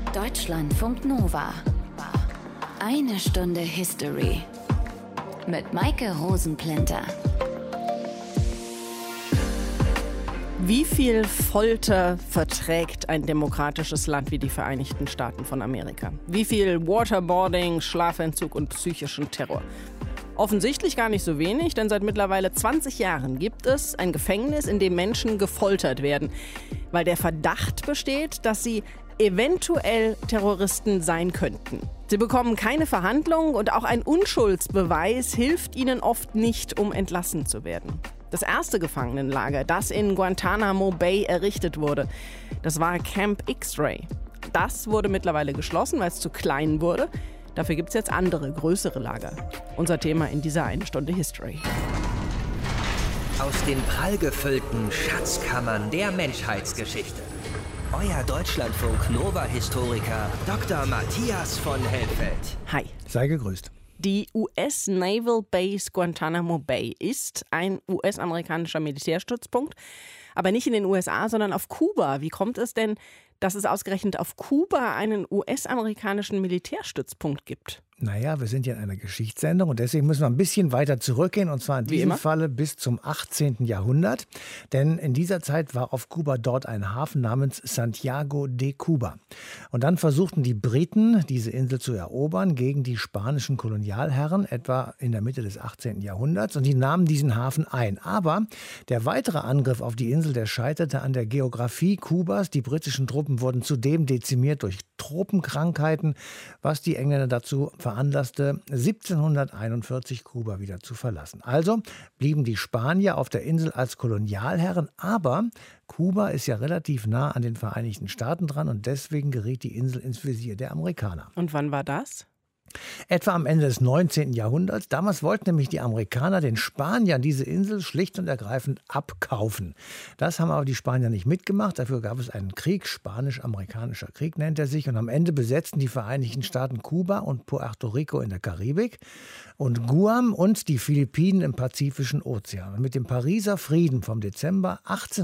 Deutschlandfunk Nova. Eine Stunde History. Mit Maike Rosenplinter. Wie viel Folter verträgt ein demokratisches Land wie die Vereinigten Staaten von Amerika? Wie viel Waterboarding, Schlafentzug und psychischen Terror? Offensichtlich gar nicht so wenig, denn seit mittlerweile 20 Jahren gibt es ein Gefängnis, in dem Menschen gefoltert werden, weil der Verdacht besteht, dass sie eventuell Terroristen sein könnten. Sie bekommen keine Verhandlung und auch ein Unschuldsbeweis hilft ihnen oft nicht, um entlassen zu werden. Das erste Gefangenenlager, das in Guantanamo Bay errichtet wurde, das war Camp X-Ray. Das wurde mittlerweile geschlossen, weil es zu klein wurde. Dafür gibt es jetzt andere, größere Lager. Unser Thema in dieser eine Stunde History. Aus den prallgefüllten Schatzkammern der Menschheitsgeschichte. Euer Deutschlandfunk Nova-Historiker Dr. Matthias von Helfeld. Hi. Sei gegrüßt. Die US Naval Base Guantanamo Bay ist ein US-amerikanischer Militärstützpunkt, aber nicht in den USA, sondern auf Kuba. Wie kommt es denn, dass es ausgerechnet auf Kuba einen US-amerikanischen Militärstützpunkt gibt? Naja, wir sind ja in einer Geschichtssendung und deswegen müssen wir ein bisschen weiter zurückgehen und zwar in diesem Falle bis zum 18. Jahrhundert. Denn in dieser Zeit war auf Kuba dort ein Hafen namens Santiago de Cuba. Und dann versuchten die Briten, diese Insel zu erobern gegen die spanischen Kolonialherren, etwa in der Mitte des 18. Jahrhunderts. Und die nahmen diesen Hafen ein. Aber der weitere Angriff auf die Insel, der scheiterte an der Geografie Kubas. Die britischen Truppen wurden zudem dezimiert durch Tropenkrankheiten, was die Engländer dazu veranlasste, 1741 Kuba wieder zu verlassen. Also blieben die Spanier auf der Insel als Kolonialherren, aber Kuba ist ja relativ nah an den Vereinigten Staaten dran und deswegen geriet die Insel ins Visier der Amerikaner. Und wann war das? Etwa am Ende des 19. Jahrhunderts. Damals wollten nämlich die Amerikaner den Spaniern diese Insel schlicht und ergreifend abkaufen. Das haben aber die Spanier nicht mitgemacht. Dafür gab es einen Krieg, Spanisch-Amerikanischer Krieg nennt er sich. Und am Ende besetzten die Vereinigten Staaten Kuba und Puerto Rico in der Karibik und Guam und die Philippinen im Pazifischen Ozean. Und mit dem Pariser Frieden vom Dezember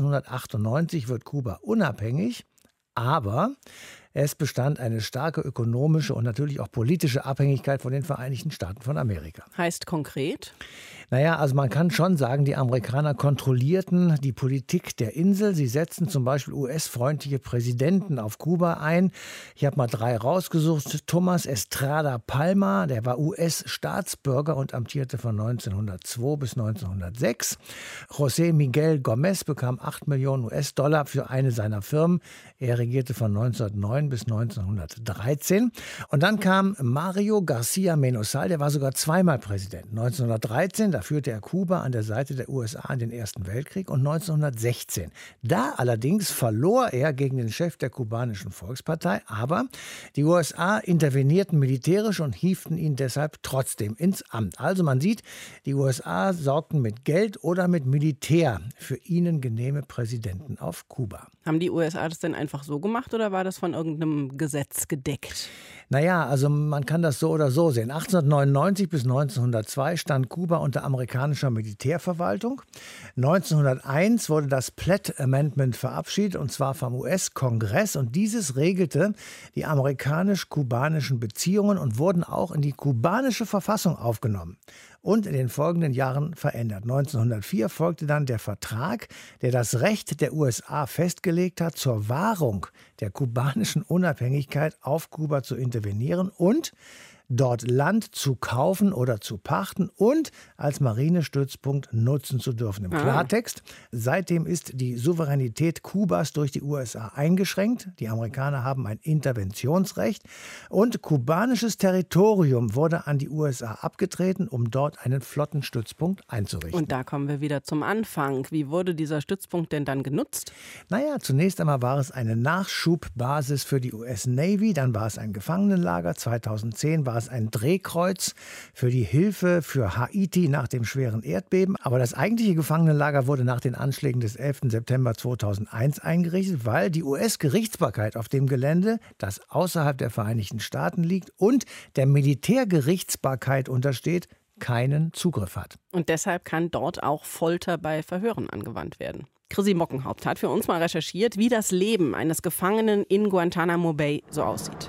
1898 wird Kuba unabhängig, aber es bestand eine starke ökonomische und natürlich auch politische Abhängigkeit von den Vereinigten Staaten von Amerika. Heißt konkret? Naja, also man kann schon sagen, die Amerikaner kontrollierten die Politik der Insel. Sie setzten zum Beispiel US-freundliche Präsidenten auf Kuba ein. Ich habe mal 3 rausgesucht. Thomas Estrada Palma, der war US-Staatsbürger und amtierte von 1902 bis 1906. José Miguel Gómez bekam 8 Millionen US-Dollar für eine seiner Firmen. Er regierte von 1909 bis 1913. Und dann kam Mario García Menosal, der war sogar zweimal Präsident. 1913, da führte er Kuba an der Seite der USA in den Ersten Weltkrieg und 1916. Da allerdings verlor er gegen den Chef der kubanischen Volkspartei, aber die USA intervenierten militärisch und hieften ihn deshalb trotzdem ins Amt. Also man sieht, die USA sorgten mit Geld oder mit Militär für ihnen genehme Präsidenten auf Kuba. Haben die USA das denn einfach so gemacht oder war das von irgendeinem Gesetz gedeckt? Naja, also man kann das so oder so sehen. 1899 bis 1902 stand Kuba unter amerikanischer Militärverwaltung. 1901 wurde das Platt Amendment verabschiedet, und zwar vom US-Kongress. Und dieses regelte die amerikanisch-kubanischen Beziehungen und wurden auch in die kubanische Verfassung aufgenommen und in den folgenden Jahren verändert. 1904 folgte dann der Vertrag, der das Recht der USA festgelegt hat, zur Wahrung der kubanischen Unabhängigkeit auf Kuba zu intervenieren und dort Land zu kaufen oder zu pachten und als Marinestützpunkt nutzen zu dürfen. Im Klartext, seitdem ist die Souveränität Kubas durch die USA eingeschränkt. Die Amerikaner haben ein Interventionsrecht und kubanisches Territorium wurde an die USA abgetreten, um dort einen Flottenstützpunkt einzurichten. Und da kommen wir wieder zum Anfang. Wie wurde dieser Stützpunkt denn dann genutzt? Naja, zunächst einmal war es eine Nachschubbasis für die US Navy, dann war es ein Gefangenenlager, 2010 war es ein Drehkreuz für die Hilfe für Haiti nach dem schweren Erdbeben. Aber das eigentliche Gefangenenlager wurde nach den Anschlägen des 11. September 2001 eingerichtet, weil die US-Gerichtsbarkeit auf dem Gelände, das außerhalb der Vereinigten Staaten liegt und der Militärgerichtsbarkeit untersteht, keinen Zugriff hat. Und deshalb kann dort auch Folter bei Verhören angewandt werden. Chrissy Mockenhaupt hat für uns mal recherchiert, wie das Leben eines Gefangenen in Guantanamo Bay so aussieht.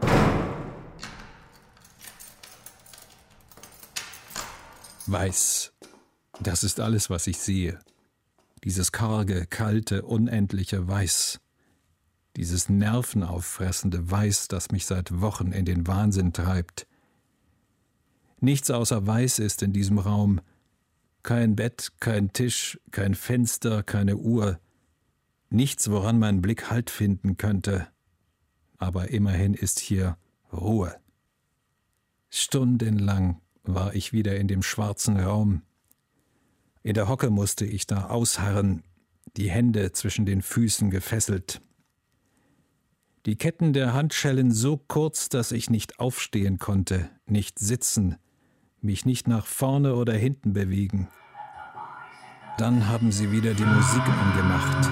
Weiß. Das ist alles, was ich sehe. Dieses karge, kalte, unendliche Weiß. Dieses nervenauffressende Weiß, das mich seit Wochen in den Wahnsinn treibt. Nichts außer Weiß ist in diesem Raum. Kein Bett, kein Tisch, kein Fenster, keine Uhr. Nichts, woran mein Blick Halt finden könnte. Aber immerhin ist hier Ruhe. Stundenlang war ich wieder in dem schwarzen Raum. In der Hocke musste ich da ausharren, die Hände zwischen den Füßen gefesselt. Die Ketten der Handschellen so kurz, dass ich nicht aufstehen konnte, nicht sitzen, mich nicht nach vorne oder hinten bewegen. Dann haben sie wieder die Musik angemacht.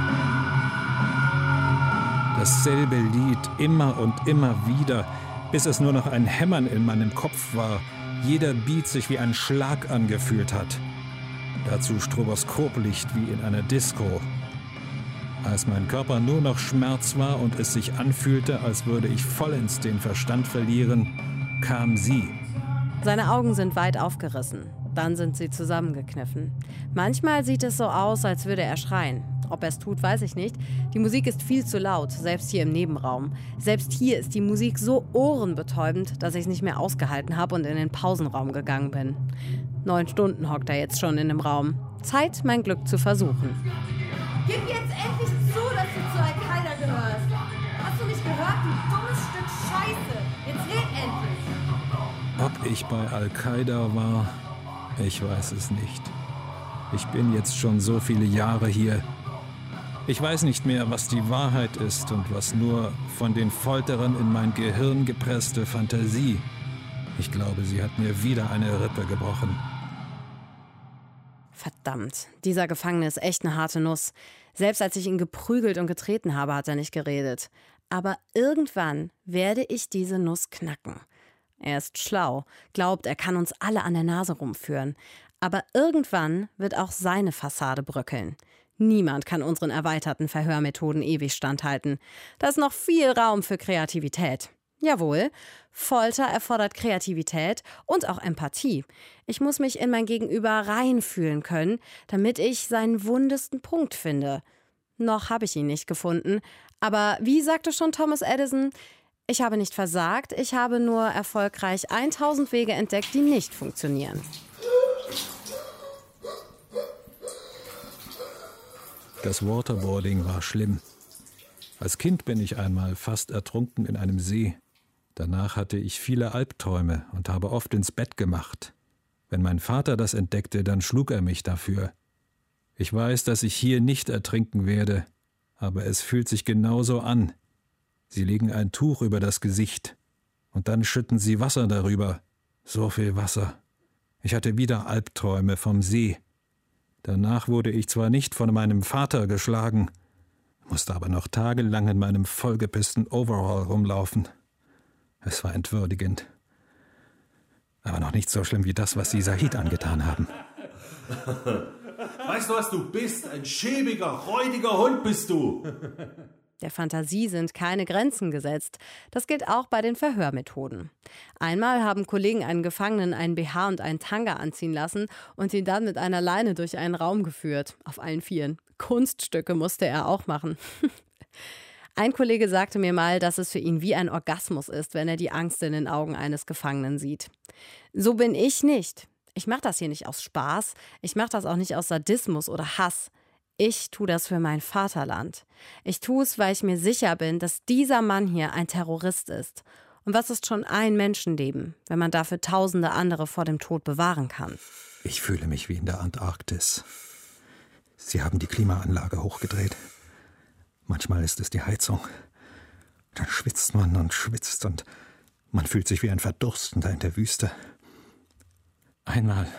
Dasselbe Lied immer und immer wieder, bis es nur noch ein Hämmern in meinem Kopf war, jeder Beat sich wie ein Schlag angefühlt hat. Dazu Stroboskoplicht wie in einer Disco. Als mein Körper nur noch Schmerz war und es sich anfühlte, als würde ich vollends den Verstand verlieren, kam sie. Seine Augen sind weit aufgerissen. Dann sind sie zusammengekniffen. Manchmal sieht es so aus, als würde er schreien. Ob er es tut, weiß ich nicht. Die Musik ist viel zu laut, selbst hier im Nebenraum. Selbst hier ist die Musik so ohrenbetäubend, dass ich es nicht mehr ausgehalten habe und in den Pausenraum gegangen bin. 9 Stunden hockt er jetzt schon in dem Raum. Zeit, mein Glück zu versuchen. Gib jetzt endlich zu, dass du zu Al-Qaida gehörst. Hast du nicht gehört, du dummes Stück Scheiße? Jetzt red endlich. Ob ich bei Al-Qaida war, ich weiß es nicht. Ich bin jetzt schon so viele Jahre hier. Ich weiß nicht mehr, was die Wahrheit ist und was nur von den Folterern in mein Gehirn gepresste Fantasie. Ich glaube, sie hat mir wieder eine Rippe gebrochen. Verdammt, dieser Gefangene ist echt eine harte Nuss. Selbst als ich ihn geprügelt und getreten habe, hat er nicht geredet. Aber irgendwann werde ich diese Nuss knacken. Er ist schlau, glaubt, er kann uns alle an der Nase rumführen. Aber irgendwann wird auch seine Fassade bröckeln. Niemand kann unseren erweiterten Verhörmethoden ewig standhalten. Da ist noch viel Raum für Kreativität. Jawohl, Folter erfordert Kreativität und auch Empathie. Ich muss mich in mein Gegenüber reinfühlen können, damit ich seinen wundesten Punkt finde. Noch habe ich ihn nicht gefunden. Aber wie sagte schon Thomas Edison, ich habe nicht versagt, ich habe nur erfolgreich 1000 Wege entdeckt, die nicht funktionieren. Das Waterboarding war schlimm. Als Kind bin ich einmal fast ertrunken in einem See. Danach hatte ich viele Albträume und habe oft ins Bett gemacht. Wenn mein Vater das entdeckte, dann schlug er mich dafür. Ich weiß, dass ich hier nicht ertrinken werde, aber es fühlt sich genauso an. Sie legen ein Tuch über das Gesicht und dann schütten sie Wasser darüber. So viel Wasser. Ich hatte wieder Albträume vom See. Danach wurde ich zwar nicht von meinem Vater geschlagen, musste aber noch tagelang in meinem vollgepissten Overall rumlaufen. Es war entwürdigend. Aber noch nicht so schlimm wie das, was sie Said angetan haben. Weißt du, was du bist? Ein schäbiger, räudiger Hund bist du. Der Fantasie sind keine Grenzen gesetzt. Das gilt auch bei den Verhörmethoden. Einmal haben Kollegen einen Gefangenen einen BH und einen Tanga anziehen lassen und ihn dann mit einer Leine durch einen Raum geführt. Auf allen Vieren. Kunststücke musste er auch machen. Ein Kollege sagte mir mal, dass es für ihn wie ein Orgasmus ist, wenn er die Angst in den Augen eines Gefangenen sieht. So bin ich nicht. Ich mache das hier nicht aus Spaß. Ich mache das auch nicht aus Sadismus oder Hass. Ich tue das für mein Vaterland. Ich tue es, weil ich mir sicher bin, dass dieser Mann hier ein Terrorist ist. Und was ist schon ein Menschenleben, wenn man dafür Tausende andere vor dem Tod bewahren kann? Ich fühle mich wie in der Antarktis. Sie haben die Klimaanlage hochgedreht. Manchmal ist es die Heizung. Dann schwitzt man und schwitzt und man fühlt sich wie ein Verdurstender in der Wüste. Einmal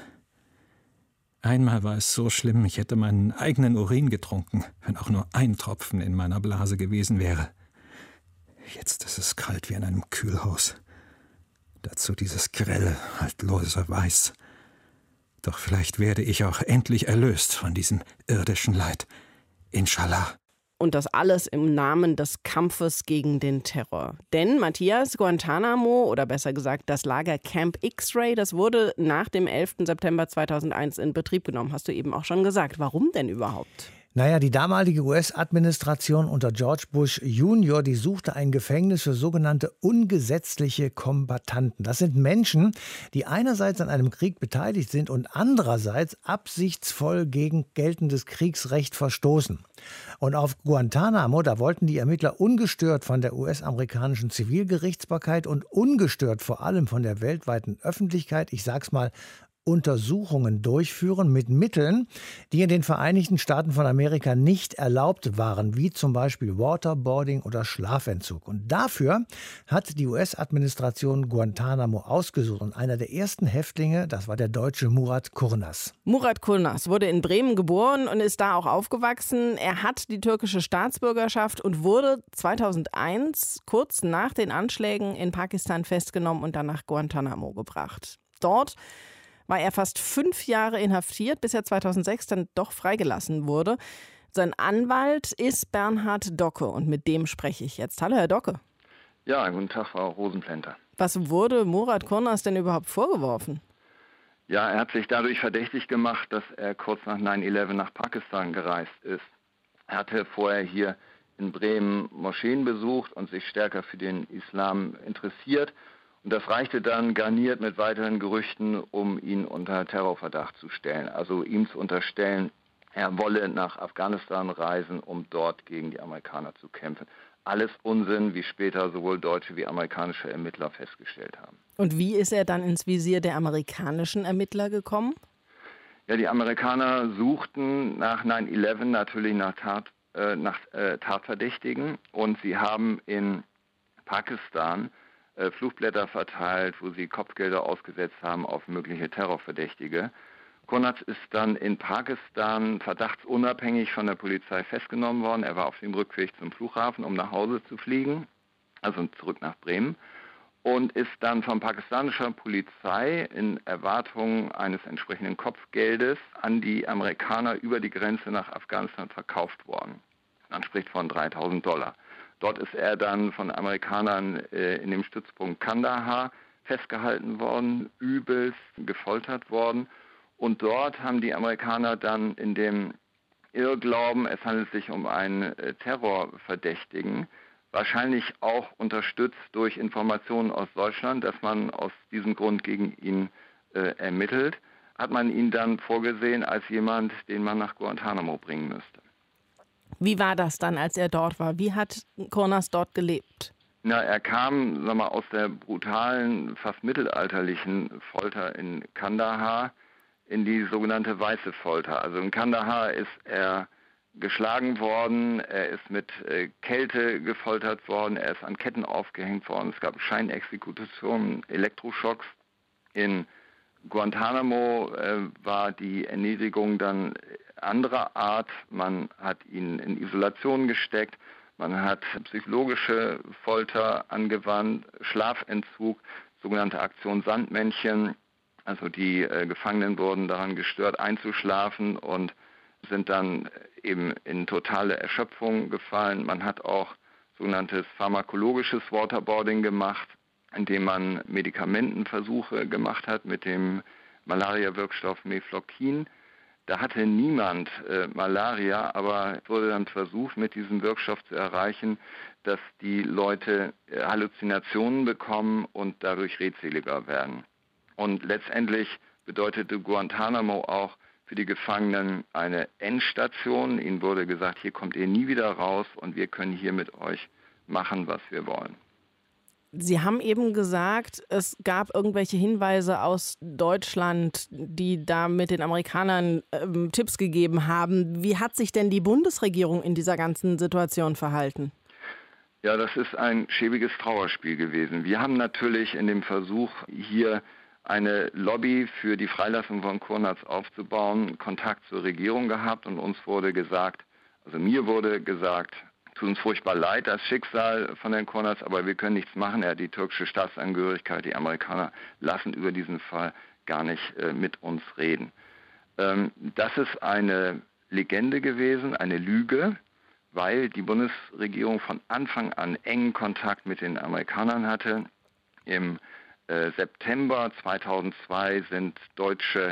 war es so schlimm, ich hätte meinen eigenen Urin getrunken, wenn auch nur ein Tropfen in meiner Blase gewesen wäre. Jetzt ist es kalt wie in einem Kühlhaus. Dazu dieses grelle, haltlose Weiß. Doch vielleicht werde ich auch endlich erlöst von diesem irdischen Leid. Inshallah. Und das alles im Namen des Kampfes gegen den Terror. Denn, Matthias, Guantanamo, oder besser gesagt das Lager Camp X-Ray, das wurde nach dem 11. September 2001 in Betrieb genommen. Hast du eben auch schon gesagt. Warum denn überhaupt? Naja, die damalige US-Administration unter George Bush Jr., die suchte ein Gefängnis für sogenannte ungesetzliche Kombattanten. Das sind Menschen, die einerseits an einem Krieg beteiligt sind und andererseits absichtsvoll gegen geltendes Kriegsrecht verstoßen. Und auf Guantanamo, da wollten die Ermittler ungestört von der US-amerikanischen Zivilgerichtsbarkeit und ungestört vor allem von der weltweiten Öffentlichkeit, ich sag's mal, Untersuchungen durchführen mit Mitteln, die in den Vereinigten Staaten von Amerika nicht erlaubt waren, wie zum Beispiel Waterboarding oder Schlafentzug. Und dafür hat die US-Administration Guantanamo ausgesucht. Und einer der ersten Häftlinge, das war der Deutsche Murat Kurnaz. Murat Kurnaz wurde in Bremen geboren und ist da auch aufgewachsen. Er hat die türkische Staatsbürgerschaft und wurde 2001, kurz nach den Anschlägen in Pakistan, festgenommen und dann nach Guantanamo gebracht. Dort war er fast 5 Jahre inhaftiert, bis er 2006 dann doch freigelassen wurde. Sein Anwalt ist Bernhard Docke und mit dem spreche ich jetzt. Hallo, Herr Docke. Ja, guten Tag, Frau Rosenplanter. Was wurde Murat Kurnaz denn überhaupt vorgeworfen? Ja, er hat sich dadurch verdächtig gemacht, dass er kurz nach 9/11 nach Pakistan gereist ist. Er hatte vorher hier in Bremen Moscheen besucht und sich stärker für den Islam interessiert. Und das reichte dann garniert mit weiteren Gerüchten, um ihn unter Terrorverdacht zu stellen. Also ihm zu unterstellen, er wolle nach Afghanistan reisen, um dort gegen die Amerikaner zu kämpfen. Alles Unsinn, wie später sowohl deutsche wie amerikanische Ermittler festgestellt haben. Und wie ist er dann ins Visier der amerikanischen Ermittler gekommen? Ja, die Amerikaner suchten nach 9/11 natürlich nach Tatverdächtigen und sie haben in Pakistan Flugblätter verteilt, wo sie Kopfgelder ausgesetzt haben auf mögliche Terrorverdächtige. Kurnaz ist dann in Pakistan verdachtsunabhängig von der Polizei festgenommen worden. Er war auf dem Rückweg zum Flughafen, um nach Hause zu fliegen, also zurück nach Bremen, und ist dann von pakistanischer Polizei in Erwartung eines entsprechenden Kopfgeldes an die Amerikaner über die Grenze nach Afghanistan verkauft worden. Man spricht von $3.000. Dort ist er dann von Amerikanern in dem Stützpunkt Kandahar festgehalten worden, übelst gefoltert worden. Und dort haben die Amerikaner dann in dem Irrglauben, es handelt sich um einen Terrorverdächtigen, wahrscheinlich auch unterstützt durch Informationen aus Deutschland, dass man aus diesem Grund gegen ihn ermittelt, hat man ihn dann vorgesehen als jemand, den man nach Guantanamo bringen müsste. Wie war das dann, als er dort war? Wie hat Kurnaz dort gelebt? Na, er kam, aus der brutalen, fast mittelalterlichen Folter in Kandahar in die sogenannte weiße Folter. Also in Kandahar ist er geschlagen worden, er ist mit Kälte gefoltert worden, er ist an Ketten aufgehängt worden, es gab Scheinexekutionen, Elektroschocks. In Guantanamo war die Erniedrigung dann anderer Art. Man hat ihn in Isolation gesteckt, man hat psychologische Folter angewandt, Schlafentzug, sogenannte Aktion Sandmännchen. Also die Gefangenen wurden daran gestört, einzuschlafen und sind dann eben in totale Erschöpfung gefallen. Man hat auch sogenanntes pharmakologisches Waterboarding gemacht, indem man Medikamentenversuche gemacht hat mit dem Malaria-Wirkstoff Mefloquin. Da hatte niemand Malaria, aber es wurde dann versucht, mit diesem Wirkstoff zu erreichen, dass die Leute Halluzinationen bekommen und dadurch redseliger werden. Und letztendlich bedeutete Guantanamo auch für die Gefangenen eine Endstation. Ihnen wurde gesagt, hier kommt ihr nie wieder raus und wir können hier mit euch machen, was wir wollen. Sie haben eben gesagt, es gab irgendwelche Hinweise aus Deutschland, die da mit den Amerikanern Tipps gegeben haben. Wie hat sich denn die Bundesregierung in dieser ganzen Situation verhalten? Ja, das ist ein schäbiges Trauerspiel gewesen. Wir haben natürlich in dem Versuch, hier eine Lobby für die Freilassung von Kurnaz aufzubauen, Kontakt zur Regierung gehabt und uns wurde gesagt, also mir wurde gesagt, tut uns furchtbar leid, das Schicksal von Herrn Kurnaz, aber wir können nichts machen. Er hat die türkische Staatsangehörigkeit. Die Amerikaner lassen über diesen Fall gar nicht mit uns reden. Das ist eine Legende gewesen, eine Lüge, weil die Bundesregierung von Anfang an engen Kontakt mit den Amerikanern hatte. Im September 2002 sind deutsche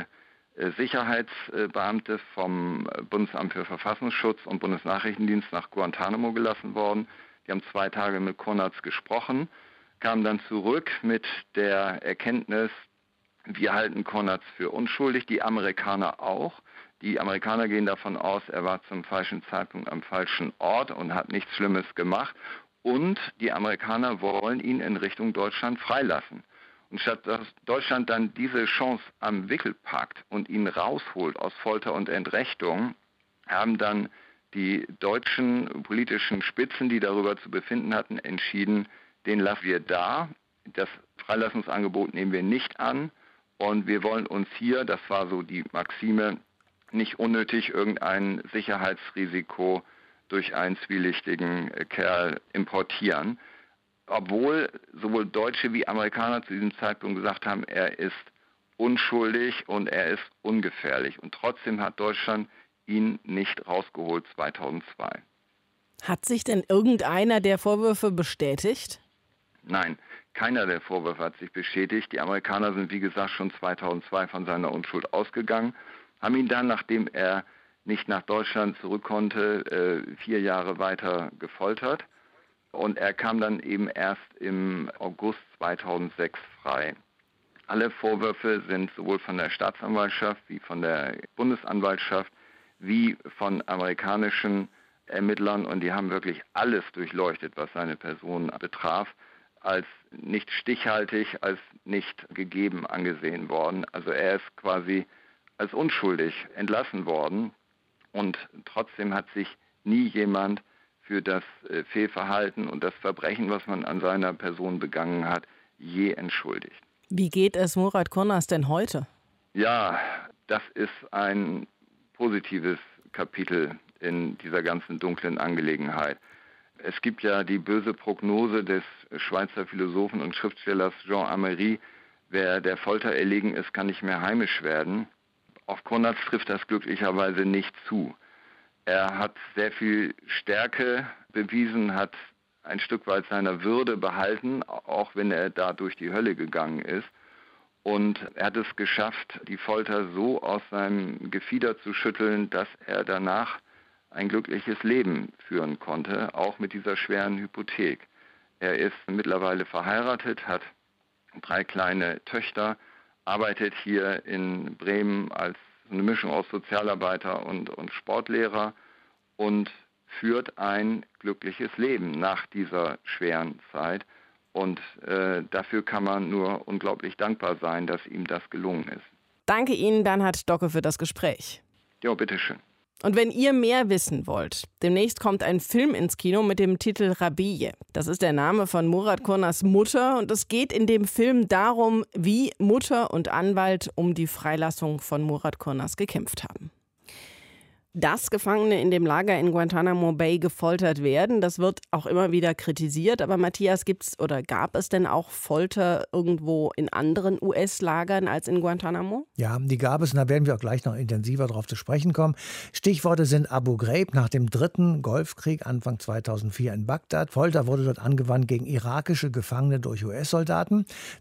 Sicherheitsbeamte vom Bundesamt für Verfassungsschutz und Bundesnachrichtendienst nach Guantanamo gelassen worden. Die haben 2 Tage mit Konrads gesprochen, kamen dann zurück mit der Erkenntnis, wir halten Konrads für unschuldig, die Amerikaner auch. Die Amerikaner gehen davon aus, er war zum falschen Zeitpunkt am falschen Ort und hat nichts Schlimmes gemacht. Und die Amerikaner wollen ihn in Richtung Deutschland freilassen. Und statt dass Deutschland dann diese Chance am Wickel packt und ihn rausholt aus Folter und Entrechtung, haben dann die deutschen politischen Spitzen, die darüber zu befinden hatten, entschieden, den lassen wir da. Das Freilassungsangebot nehmen wir nicht an. Und wir wollen uns hier, das war so die Maxime, nicht unnötig irgendein Sicherheitsrisiko durch einen zwielichtigen Kerl importieren. Obwohl sowohl Deutsche wie Amerikaner zu diesem Zeitpunkt gesagt haben, er ist unschuldig und er ist ungefährlich. Und trotzdem hat Deutschland ihn nicht rausgeholt 2002. Hat sich denn irgendeiner der Vorwürfe bestätigt? Nein, keiner der Vorwürfe hat sich bestätigt. Die Amerikaner sind, wie gesagt, schon 2002 von seiner Unschuld ausgegangen, haben ihn dann, nachdem er nicht nach Deutschland zurück konnte, 4 Jahre weiter gefoltert. Und er kam dann eben erst im August 2006 frei. Alle Vorwürfe sind sowohl von der Staatsanwaltschaft wie von der Bundesanwaltschaft wie von amerikanischen Ermittlern, und die haben wirklich alles durchleuchtet, was seine Person betraf, als nicht stichhaltig, als nicht gegeben angesehen worden. Also er ist quasi als unschuldig entlassen worden, und trotzdem hat sich nie jemand für das Fehlverhalten und das Verbrechen, was man an seiner Person begangen hat, je entschuldigt. Wie geht es Murat Konaz denn heute? Ja, das ist ein positives Kapitel in dieser ganzen dunklen Angelegenheit. Es gibt ja die böse Prognose des Schweizer Philosophen und Schriftstellers Jean Amery, wer der Folter erlegen ist, kann nicht mehr heimisch werden. Auf Konaz trifft das glücklicherweise nicht zu. Er hat sehr viel Stärke bewiesen, hat ein Stück weit seiner Würde behalten, auch wenn er da durch die Hölle gegangen ist. Und er hat es geschafft, die Folter so aus seinem Gefieder zu schütteln, dass er danach ein glückliches Leben führen konnte, auch mit dieser schweren Hypothek. Er ist mittlerweile verheiratet, hat 3 kleine Töchter, arbeitet hier in Bremen als eine Mischung aus Sozialarbeiter und Sportlehrer und führt ein glückliches Leben nach dieser schweren Zeit. Und dafür kann man nur unglaublich dankbar sein, dass ihm das gelungen ist. Danke Ihnen, Bernhard Docke, für das Gespräch. Ja, bitteschön. Und wenn ihr mehr wissen wollt, demnächst kommt ein Film ins Kino mit dem Titel Rabije. Das ist der Name von Murat Konaz Mutter, und es geht in dem Film darum, wie Mutter und Anwalt um die Freilassung von Murat Konaz gekämpft haben. Dass Gefangene in dem Lager in Guantanamo Bay gefoltert werden, das wird auch immer wieder kritisiert. Aber Matthias, gab es denn auch Folter irgendwo in anderen US-Lagern als in Guantanamo? Ja, die gab es, und da werden wir auch gleich noch intensiver darauf zu sprechen kommen. Stichworte sind Abu Ghraib nach dem 3. Golfkrieg Anfang 2004 in Bagdad. Folter wurde dort angewandt gegen irakische Gefangene durch US-Soldaten.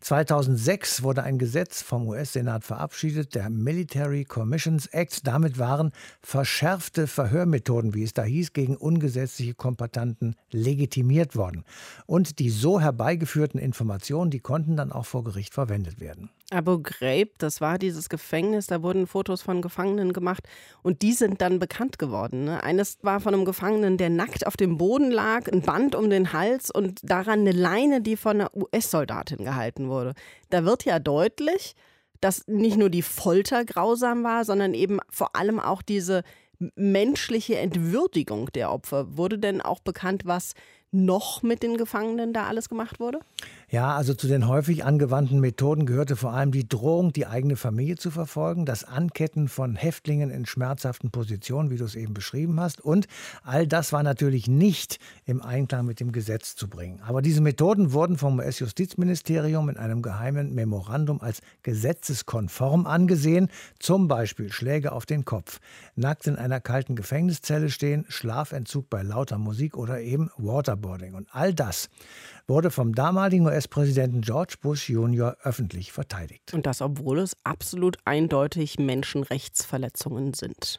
2006 wurde ein Gesetz vom US-Senat verabschiedet, der Military Commissions Act. Damit waren verschärfte Verhörmethoden, wie es da hieß, gegen ungesetzliche Kombattanten legitimiert worden. Und die so herbeigeführten Informationen, die konnten dann auch vor Gericht verwendet werden. Abu Ghraib, das war dieses Gefängnis, da wurden Fotos von Gefangenen gemacht und die sind dann bekannt geworden. Ne? Eines war von einem Gefangenen, der nackt auf dem Boden lag, ein Band um den Hals und daran eine Leine, die von einer US-Soldatin gehalten wurde. Da wird ja deutlich, dass nicht nur die Folter grausam war, sondern eben vor allem auch diese menschliche Entwürdigung der Opfer. Wurde denn auch bekannt, was noch mit den Gefangenen da alles gemacht wurde? Ja, also zu den häufig angewandten Methoden gehörte vor allem die Drohung, die eigene Familie zu verfolgen, das Anketten von Häftlingen in schmerzhaften Positionen, wie du es eben beschrieben hast. Und all das war natürlich nicht im Einklang mit dem Gesetz zu bringen. Aber diese Methoden wurden vom US-Justizministerium in einem geheimen Memorandum als gesetzeskonform angesehen. Zum Beispiel Schläge auf den Kopf, nackt in einer kalten Gefängniszelle stehen, Schlafentzug bei lauter Musik oder eben Waterboarding. Und all das wurde vom damaligen US-Präsidenten George Bush Jr. öffentlich verteidigt. Und das, obwohl es absolut eindeutig Menschenrechtsverletzungen sind.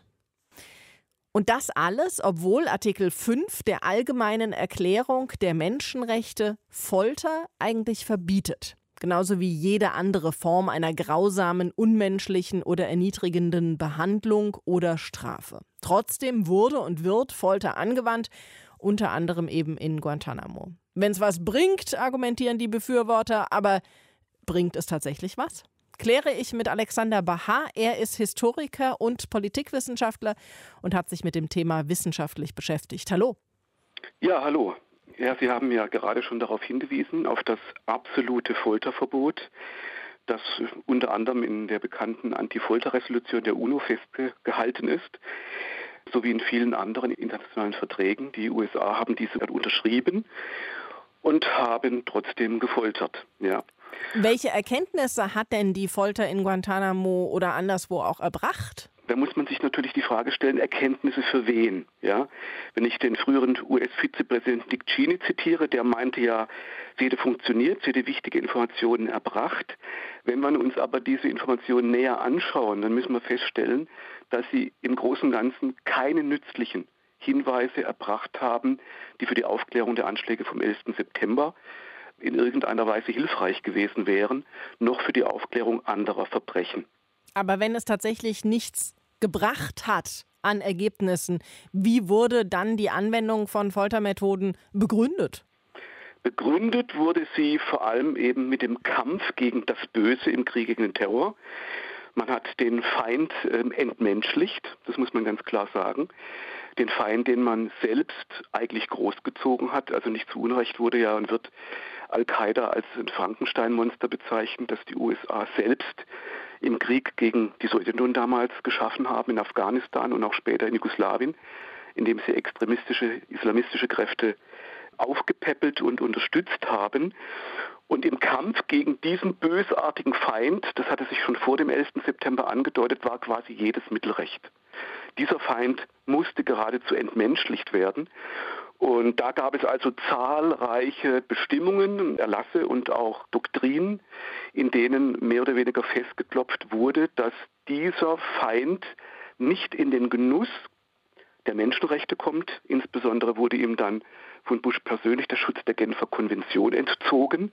Und das alles, obwohl Artikel 5 der Allgemeinen Erklärung der Menschenrechte Folter eigentlich verbietet. Genauso wie jede andere Form einer grausamen, unmenschlichen oder erniedrigenden Behandlung oder Strafe. Trotzdem wurde und wird Folter angewandt, unter anderem eben in Guantanamo. Wenn es was bringt, argumentieren die Befürworter, aber bringt es tatsächlich was? Kläre ich mit Alexander Bahar. Er ist Historiker und Politikwissenschaftler und hat sich mit dem Thema wissenschaftlich beschäftigt. Hallo. Ja, hallo. Ja, Sie haben ja gerade schon darauf hingewiesen, auf das absolute Folterverbot, das unter anderem in der bekannten Anti-Folter-Resolution der UNO festgehalten ist, sowie in vielen anderen internationalen Verträgen. Die USA haben diese unterschrieben und haben trotzdem gefoltert. Ja. Welche Erkenntnisse hat denn die Folter in Guantanamo oder anderswo auch erbracht? Da muss man sich natürlich die Frage stellen, Erkenntnisse für wen? Ja? Wenn ich den früheren US-Vizepräsidenten Dick Cheney zitiere, der meinte ja, sie hätte funktioniert, sie hätte wichtige Informationen erbracht. Wenn wir uns aber diese Informationen näher anschauen, dann müssen wir feststellen, dass sie im Großen und Ganzen keine nützlichen Hinweise erbracht haben, die für die Aufklärung der Anschläge vom 11. September in irgendeiner Weise hilfreich gewesen wären, noch für die Aufklärung anderer Verbrechen. Aber wenn es tatsächlich nichts gebracht hat an Ergebnissen, wie wurde dann die Anwendung von Foltermethoden begründet? Begründet wurde sie vor allem eben mit dem Kampf gegen das Böse im Krieg gegen den Terror. Man hat den Feind entmenschlicht, das muss man ganz klar sagen. Den Feind, den man selbst eigentlich großgezogen hat, also nicht zu Unrecht wurde ja und wird Al-Qaida als ein Frankenstein-Monster bezeichnet, das die USA selbst im Krieg gegen die Sowjetunion damals geschaffen haben, in Afghanistan und auch später in Jugoslawien, indem sie extremistische, islamistische Kräfte aufgepäppelt und unterstützt haben. Und im Kampf gegen diesen bösartigen Feind, das hatte sich schon vor dem 11. September angedeutet, war quasi jedes Mittel recht. Dieser Feind musste geradezu entmenschlicht werden. Und da gab es also zahlreiche Bestimmungen, Erlasse und auch Doktrinen, in denen mehr oder weniger festgeklopft wurde, dass dieser Feind nicht in den Genuss der Menschenrechte kommt. Insbesondere wurde ihm dann von Bush persönlich der Schutz der Genfer Konvention entzogen.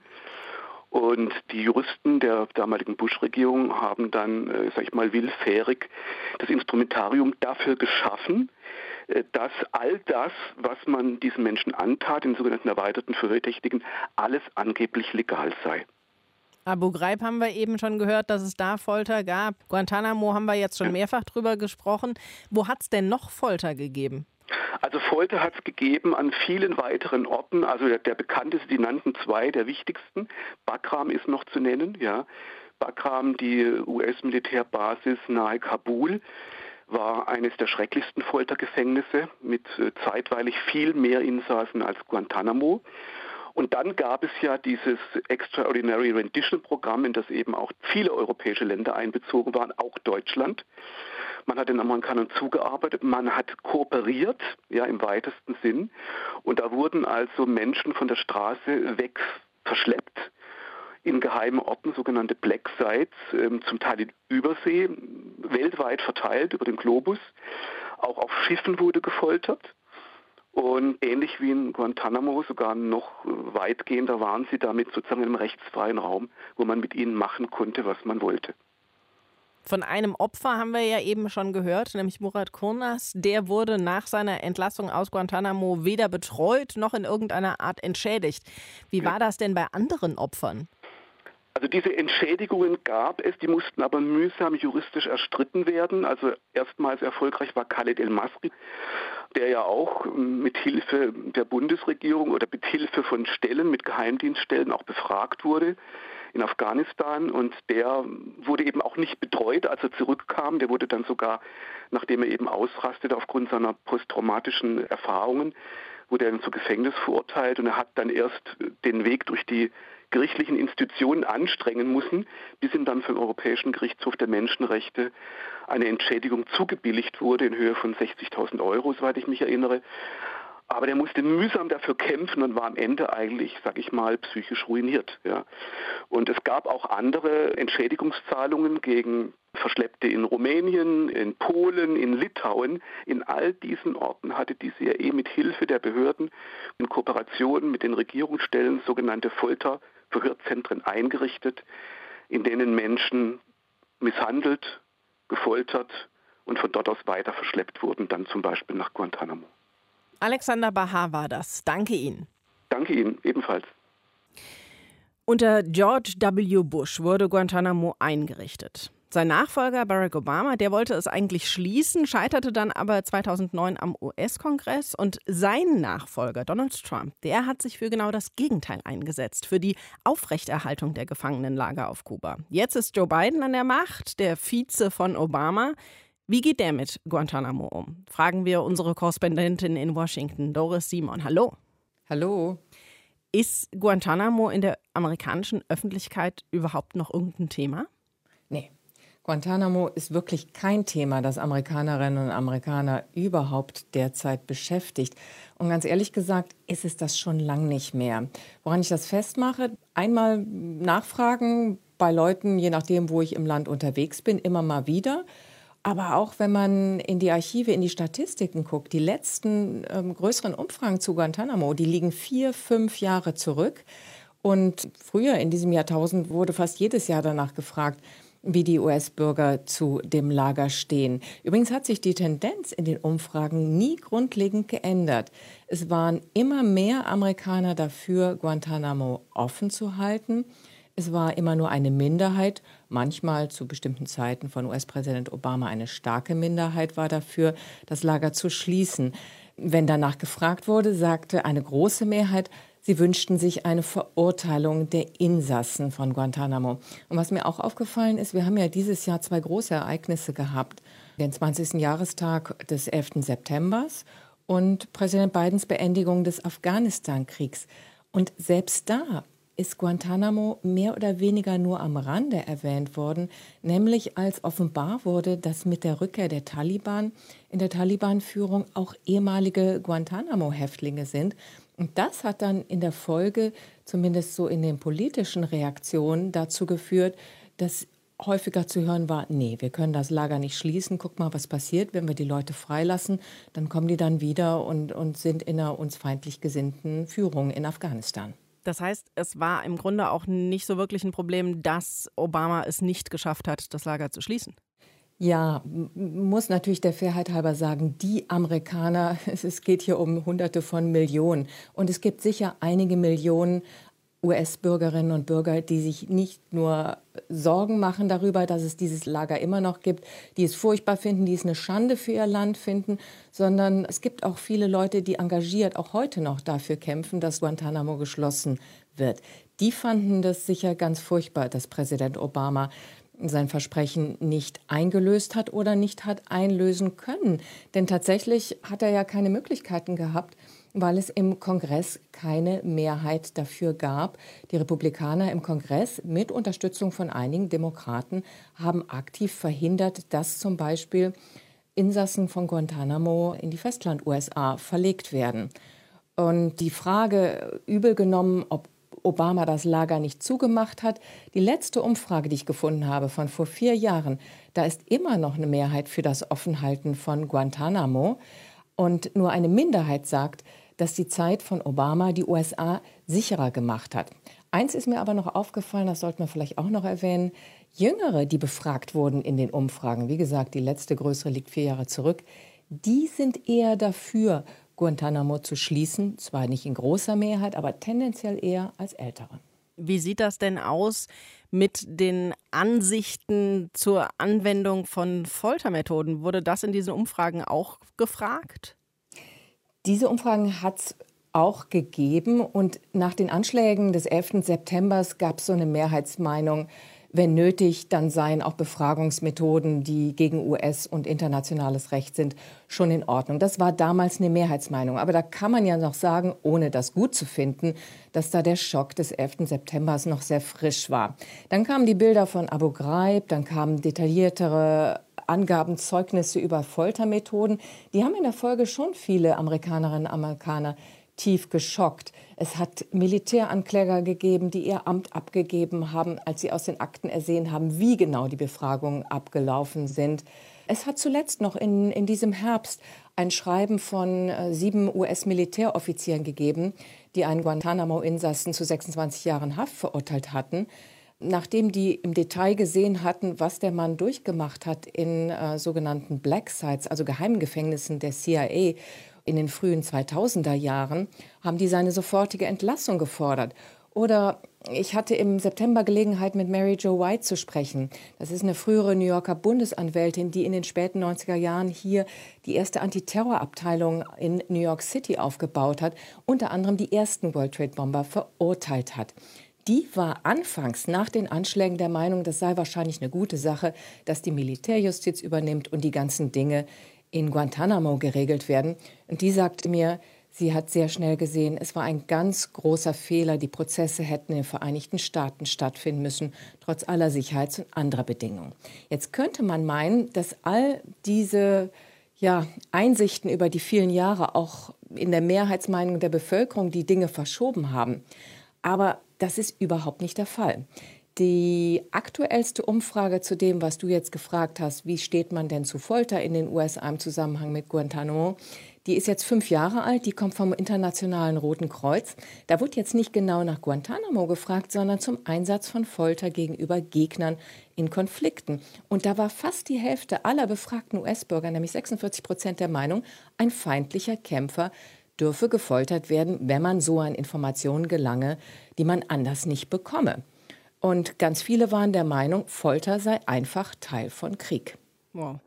Und die Juristen der damaligen Bush-Regierung haben dann, willfährig das Instrumentarium dafür geschaffen, dass all das, was man diesen Menschen antat, in sogenannten erweiterten Verdächtigen, alles angeblich legal sei. Abu Ghraib haben wir eben schon gehört, dass es da Folter gab. Guantanamo haben wir jetzt schon mehrfach drüber gesprochen. Wo hat es denn noch Folter gegeben? Also Folter hat es gegeben an vielen weiteren Orten. Also der bekannteste, die nannten zwei der wichtigsten. Bagram ist noch zu nennen. Ja. Bagram, die US-Militärbasis nahe Kabul, war eines der schrecklichsten Foltergefängnisse mit zeitweilig viel mehr Insassen als Guantanamo. Und dann gab es ja dieses Extraordinary Rendition Programm, in das eben auch viele europäische Länder einbezogen waren, auch Deutschland. Man hat den Amerikanern zugearbeitet, man hat kooperiert, ja im weitesten Sinn. Und da wurden also Menschen von der Straße weg verschleppt in geheimen Orten, sogenannte Black Sites, zum Teil in Übersee, weltweit verteilt über den Globus. Auch auf Schiffen wurde gefoltert. Und ähnlich wie in Guantanamo, sogar noch weitgehender, waren sie damit sozusagen in einem rechtsfreien Raum, wo man mit ihnen machen konnte, was man wollte. Von einem Opfer haben wir ja eben schon gehört, nämlich Murat Kurnaz. Der wurde nach seiner Entlassung aus Guantanamo weder betreut noch in irgendeiner Art entschädigt. Wie war das denn bei anderen Opfern? Also diese Entschädigungen gab es, die mussten aber mühsam juristisch erstritten werden. Also erstmals erfolgreich war Khaled El-Masri, der ja auch mit Hilfe der Bundesregierung oder mit Hilfe von Stellen, mit Geheimdienststellen auch befragt wurde in Afghanistan, und der wurde eben auch nicht betreut, als er zurückkam. Der wurde dann sogar, nachdem er eben ausrastete aufgrund seiner posttraumatischen Erfahrungen, wurde er dann zu Gefängnis verurteilt, und er hat dann erst den Weg durch die gerichtlichen Institutionen anstrengen müssen, bis ihm dann vom Europäischen Gerichtshof der Menschenrechte eine Entschädigung zugebilligt wurde in Höhe von 60.000 Euro, soweit ich mich erinnere. Aber der musste mühsam dafür kämpfen und war am Ende eigentlich, sage ich mal, psychisch ruiniert. Ja. Und es gab auch andere Entschädigungszahlungen gegen Verschleppte in Rumänien, in Polen, in Litauen. In all diesen Orten hatte die CIA mit Hilfe der Behörden in Kooperation mit den Regierungsstellen sogenannte Folterverhörzentren eingerichtet, in denen Menschen misshandelt, gefoltert und von dort aus weiter verschleppt wurden, dann zum Beispiel nach Guantanamo. Alexander Bahar war das. Danke Ihnen. Danke Ihnen, ebenfalls. Unter George W. Bush wurde Guantanamo eingerichtet. Sein Nachfolger Barack Obama, der wollte es eigentlich schließen, scheiterte dann aber 2009 am US-Kongress. Und sein Nachfolger Donald Trump, der hat sich für genau das Gegenteil eingesetzt, für die Aufrechterhaltung der Gefangenenlager auf Kuba. Jetzt ist Joe Biden an der Macht, der Vize von Obama. Wie geht der mit Guantanamo um? Fragen wir unsere Korrespondentin in Washington, Doris Simon. Hallo. Hallo. Ist Guantanamo in der amerikanischen Öffentlichkeit überhaupt noch irgendein Thema? Nee. Guantanamo ist wirklich kein Thema, das Amerikanerinnen und Amerikaner überhaupt derzeit beschäftigt. Und ganz ehrlich gesagt, ist es das schon lang nicht mehr. Woran ich das festmache? Einmal nachfragen bei Leuten, je nachdem, wo ich im Land unterwegs bin, immer mal wieder. Aber auch wenn man in die Archive, in die Statistiken guckt, die letzten größeren Umfragen zu Guantanamo, die liegen 4, 5 Jahre zurück. Und früher in diesem Jahrtausend wurde fast jedes Jahr danach gefragt, wie die US-Bürger zu dem Lager stehen. Übrigens hat sich die Tendenz in den Umfragen nie grundlegend geändert. Es waren immer mehr Amerikaner dafür, Guantanamo offen zu halten. Es war immer nur eine Minderheit, manchmal zu bestimmten Zeiten von US-Präsident Obama eine starke Minderheit war dafür, das Lager zu schließen. Wenn danach gefragt wurde, sagte eine große Mehrheit, sie wünschten sich eine Verurteilung der Insassen von Guantanamo. Und was mir auch aufgefallen ist, wir haben ja dieses Jahr 2 große Ereignisse gehabt. Den 20. Jahrestag des 11. September und Präsident Bidens Beendigung des Afghanistan-Kriegs. Und selbst da ist Guantanamo mehr oder weniger nur am Rande erwähnt worden, nämlich als offenbar wurde, dass mit der Rückkehr der Taliban in der Taliban-Führung auch ehemalige Guantanamo-Häftlinge sind. Und das hat dann in der Folge, zumindest so in den politischen Reaktionen, dazu geführt, dass häufiger zu hören war, nee, wir können das Lager nicht schließen, guck mal, was passiert, wenn wir die Leute freilassen, dann kommen die dann wieder und sind in einer uns feindlich gesinnten Führung in Afghanistan. Das heißt, es war im Grunde auch nicht so wirklich ein Problem, dass Obama es nicht geschafft hat, das Lager zu schließen. Ja, muss natürlich der Fairheit halber sagen, die Amerikaner, es geht hier um Hunderte von Millionen. Und es gibt sicher einige Millionen US-Bürgerinnen und Bürger, die sich nicht nur Sorgen machen darüber, dass es dieses Lager immer noch gibt, die es furchtbar finden, die es eine Schande für ihr Land finden, sondern es gibt auch viele Leute, die engagiert auch heute noch dafür kämpfen, dass Guantanamo geschlossen wird. Die fanden das sicher ganz furchtbar, dass Präsident Obama sein Versprechen nicht eingelöst hat oder nicht hat einlösen können. Denn tatsächlich hat er ja keine Möglichkeiten gehabt, weil es im Kongress keine Mehrheit dafür gab. Die Republikaner im Kongress mit Unterstützung von einigen Demokraten haben aktiv verhindert, dass zum Beispiel Insassen von Guantanamo in die Festland-USA verlegt werden. Und die Frage übel genommen, ob Obama das Lager nicht zugemacht hat. Die letzte Umfrage, die ich gefunden habe, von vor 4 Jahren, da ist immer noch eine Mehrheit für das Offenhalten von Guantanamo. Und nur eine Minderheit sagt, dass die Zeit von Obama die USA sicherer gemacht hat. Eins ist mir aber noch aufgefallen, das sollten wir vielleicht auch noch erwähnen. Jüngere, die befragt wurden in den Umfragen, wie gesagt, die letzte größere liegt 4 Jahre zurück, die sind eher dafür, Guantanamo zu schließen. Zwar nicht in großer Mehrheit, aber tendenziell eher als Ältere. Wie sieht das denn aus mit den Ansichten zur Anwendung von Foltermethoden? Wurde das in diesen Umfragen auch gefragt? Diese Umfragen hat es auch gegeben. Und nach den Anschlägen des 11. September gab es so eine Mehrheitsmeinung, wenn nötig, dann seien auch Befragungsmethoden, die gegen US- und internationales Recht sind, schon in Ordnung. Das war damals eine Mehrheitsmeinung. Aber da kann man ja noch sagen, ohne das gut zu finden, dass da der Schock des 11. September noch sehr frisch war. Dann kamen die Bilder von Abu Ghraib, dann kamen detailliertere Angaben, Zeugnisse über Foltermethoden. Die haben in der Folge schon viele Amerikanerinnen und Amerikaner tief geschockt. Es hat Militärankläger gegeben, die ihr Amt abgegeben haben, als sie aus den Akten ersehen haben, wie genau die Befragungen abgelaufen sind. Es hat zuletzt noch in diesem Herbst ein Schreiben von 7 US-Militäroffizieren gegeben, die einen Guantanamo-Insassen zu 26 Jahren Haft verurteilt hatten. Nachdem die im Detail gesehen hatten, was der Mann durchgemacht hat in sogenannten Black Sites, also Geheimgefängnissen der CIA, in den frühen 2000er Jahren, haben die seine sofortige Entlassung gefordert. Oder ich hatte im September Gelegenheit, mit Mary Jo White zu sprechen. Das ist eine frühere New Yorker Bundesanwältin, die in den späten 90er Jahren hier die erste Antiterrorabteilung in New York City aufgebaut hat, unter anderem die ersten World Trade Bomber verurteilt hat. Die war anfangs nach den Anschlägen der Meinung, das sei wahrscheinlich eine gute Sache, dass die Militärjustiz übernimmt und die ganzen Dinge in Guantanamo geregelt werden. Und die sagte mir, sie hat sehr schnell gesehen, es war ein ganz großer Fehler. Die Prozesse hätten in den Vereinigten Staaten stattfinden müssen, trotz aller Sicherheits- und anderer Bedingungen. Jetzt könnte man meinen, dass all diese Einsichten über die vielen Jahre auch in der Mehrheitsmeinung der Bevölkerung die Dinge verschoben haben. Aber das ist überhaupt nicht der Fall. Die aktuellste Umfrage zu dem, was du jetzt gefragt hast, wie steht man denn zu Folter in den USA im Zusammenhang mit Guantanamo, die ist jetzt 5 Jahre alt, die kommt vom Internationalen Roten Kreuz. Da wird jetzt nicht genau nach Guantanamo gefragt, sondern zum Einsatz von Folter gegenüber Gegnern in Konflikten. Und da war fast die Hälfte aller befragten US-Bürger, nämlich 46% der Meinung, ein feindlicher Kämpfer dürfe gefoltert werden, wenn man so an Informationen gelange, die man anders nicht bekomme. Und ganz viele waren der Meinung, Folter sei einfach Teil von Krieg. Wow.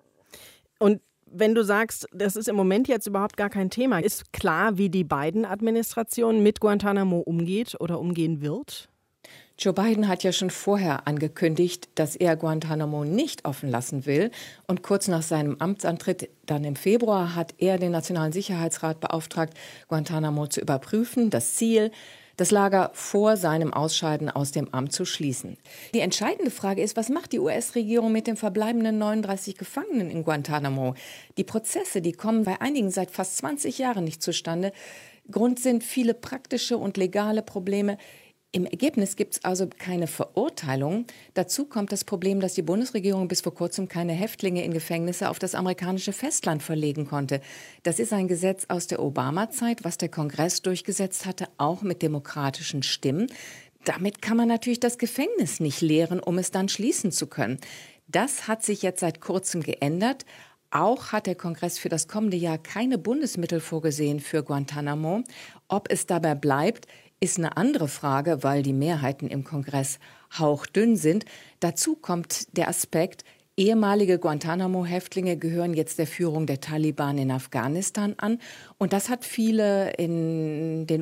Und wenn du sagst, das ist im Moment jetzt überhaupt gar kein Thema, ist klar, wie die Biden-Administration mit Guantanamo umgeht oder umgehen wird? Joe Biden hat ja schon vorher angekündigt, dass er Guantanamo nicht offen lassen will. Und kurz nach seinem Amtsantritt, dann im Februar, hat er den Nationalen Sicherheitsrat beauftragt, Guantanamo zu überprüfen. Das Ziel, das Lager vor seinem Ausscheiden aus dem Amt zu schließen. Die entscheidende Frage ist, was macht die US-Regierung mit den verbleibenden 39 Gefangenen in Guantanamo? Die Prozesse, die kommen bei einigen seit fast 20 Jahren nicht zustande. Grund sind viele praktische und legale Probleme. Im Ergebnis gibt es also keine Verurteilung. Dazu kommt das Problem, dass die Bundesregierung bis vor kurzem keine Häftlinge in Gefängnisse auf das amerikanische Festland verlegen konnte. Das ist ein Gesetz aus der Obama-Zeit, was der Kongress durchgesetzt hatte, auch mit demokratischen Stimmen. Damit kann man natürlich das Gefängnis nicht leeren, um es dann schließen zu können. Das hat sich jetzt seit kurzem geändert. Auch hat der Kongress für das kommende Jahr keine Bundesmittel vorgesehen für Guantanamo. Ob es dabei bleibt, ist eine andere Frage, weil die Mehrheiten im Kongress hauchdünn sind. Dazu kommt der Aspekt, ehemalige Guantanamo-Häftlinge gehören jetzt der Führung der Taliban in Afghanistan an. Und das hat viele in den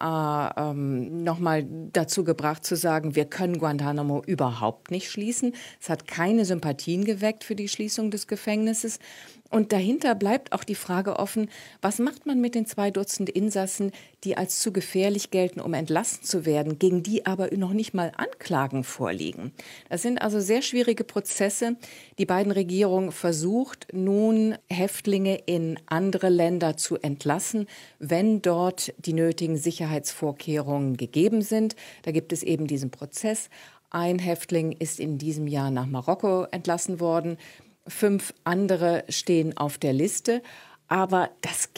USA nochmal dazu gebracht zu sagen, wir können Guantanamo überhaupt nicht schließen. Es hat keine Sympathien geweckt für die Schließung des Gefängnisses. Und dahinter bleibt auch die Frage offen, was macht man mit den 2 Dutzend Insassen, die als zu gefährlich gelten, um entlassen zu werden, gegen die aber noch nicht mal Anklagen vorliegen. Das sind also sehr schwierige Prozesse. Die Biden-Regierung versucht nun, Häftlinge in andere Länder zu entlassen, wenn dort die nötigen Sicherheitsvorkehrungen gegeben sind. Da gibt es eben diesen Prozess. Ein Häftling ist in diesem Jahr nach Marokko entlassen worden. 5 andere stehen auf der Liste. Aber das geht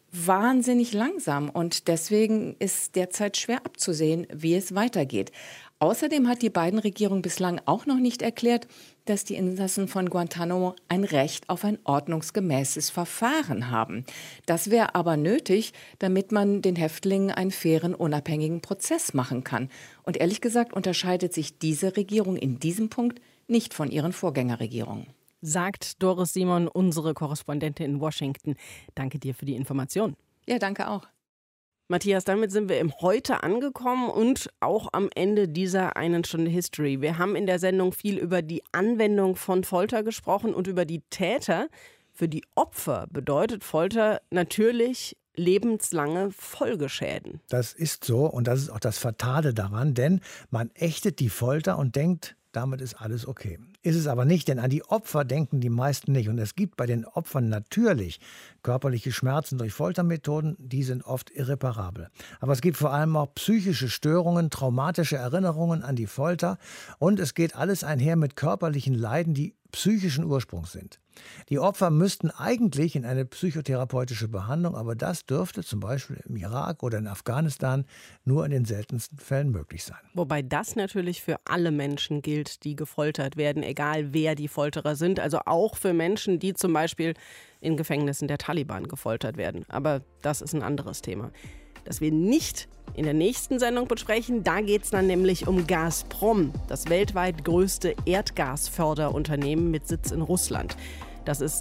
wahnsinnig langsam und deswegen ist derzeit schwer abzusehen, wie es weitergeht. Außerdem hat die Biden-Regierung bislang auch noch nicht erklärt, dass die Insassen von Guantanamo ein Recht auf ein ordnungsgemäßes Verfahren haben. Das wäre aber nötig, damit man den Häftlingen einen fairen, unabhängigen Prozess machen kann. Und ehrlich gesagt unterscheidet sich diese Regierung in diesem Punkt nicht von ihren Vorgängerregierungen. Sagt Doris Simon, unsere Korrespondentin in Washington. Danke dir für die Information. Ja, danke auch. Matthias, damit sind wir im Heute angekommen und auch am Ende dieser einen Stunde History. Wir haben in der Sendung viel über die Anwendung von Folter gesprochen und über die Täter. Für die Opfer bedeutet Folter natürlich lebenslange Folgeschäden. Das ist so und das ist auch das Fatale daran, denn man ächtet die Folter und denkt, damit ist alles okay. Ist es aber nicht, denn an die Opfer denken die meisten nicht. Und es gibt bei den Opfern natürlich körperliche Schmerzen durch Foltermethoden, die sind oft irreparabel. Aber es gibt vor allem auch psychische Störungen, traumatische Erinnerungen an die Folter. Und es geht alles einher mit körperlichen Leiden, die psychischen Ursprungs sind. Die Opfer müssten eigentlich in eine psychotherapeutische Behandlung, aber das dürfte zum Beispiel im Irak oder in Afghanistan nur in den seltensten Fällen möglich sein. Wobei das natürlich für alle Menschen gilt, die gefoltert werden, egal wer die Folterer sind. Also auch für Menschen, die zum Beispiel in Gefängnissen der Taliban gefoltert werden. Aber das ist ein anderes Thema, das wir nicht in der nächsten Sendung besprechen. Da geht es dann nämlich um Gazprom, das weltweit größte Erdgasförderunternehmen mit Sitz in Russland. Das ist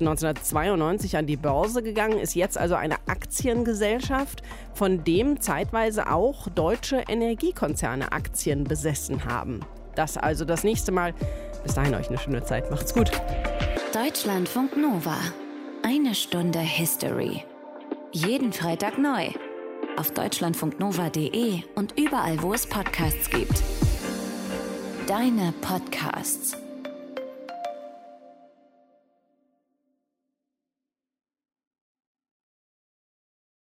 1992 an die Börse gegangen, ist jetzt also eine Aktiengesellschaft, von dem zeitweise auch deutsche Energiekonzerne Aktien besessen haben. Das also das nächste Mal. Bis dahin euch eine schöne Zeit. Macht's gut. Deutschlandfunk Nova. Eine Stunde History. Jeden Freitag neu. Auf deutschlandfunknova.de und überall, wo es Podcasts gibt. Deine Podcasts.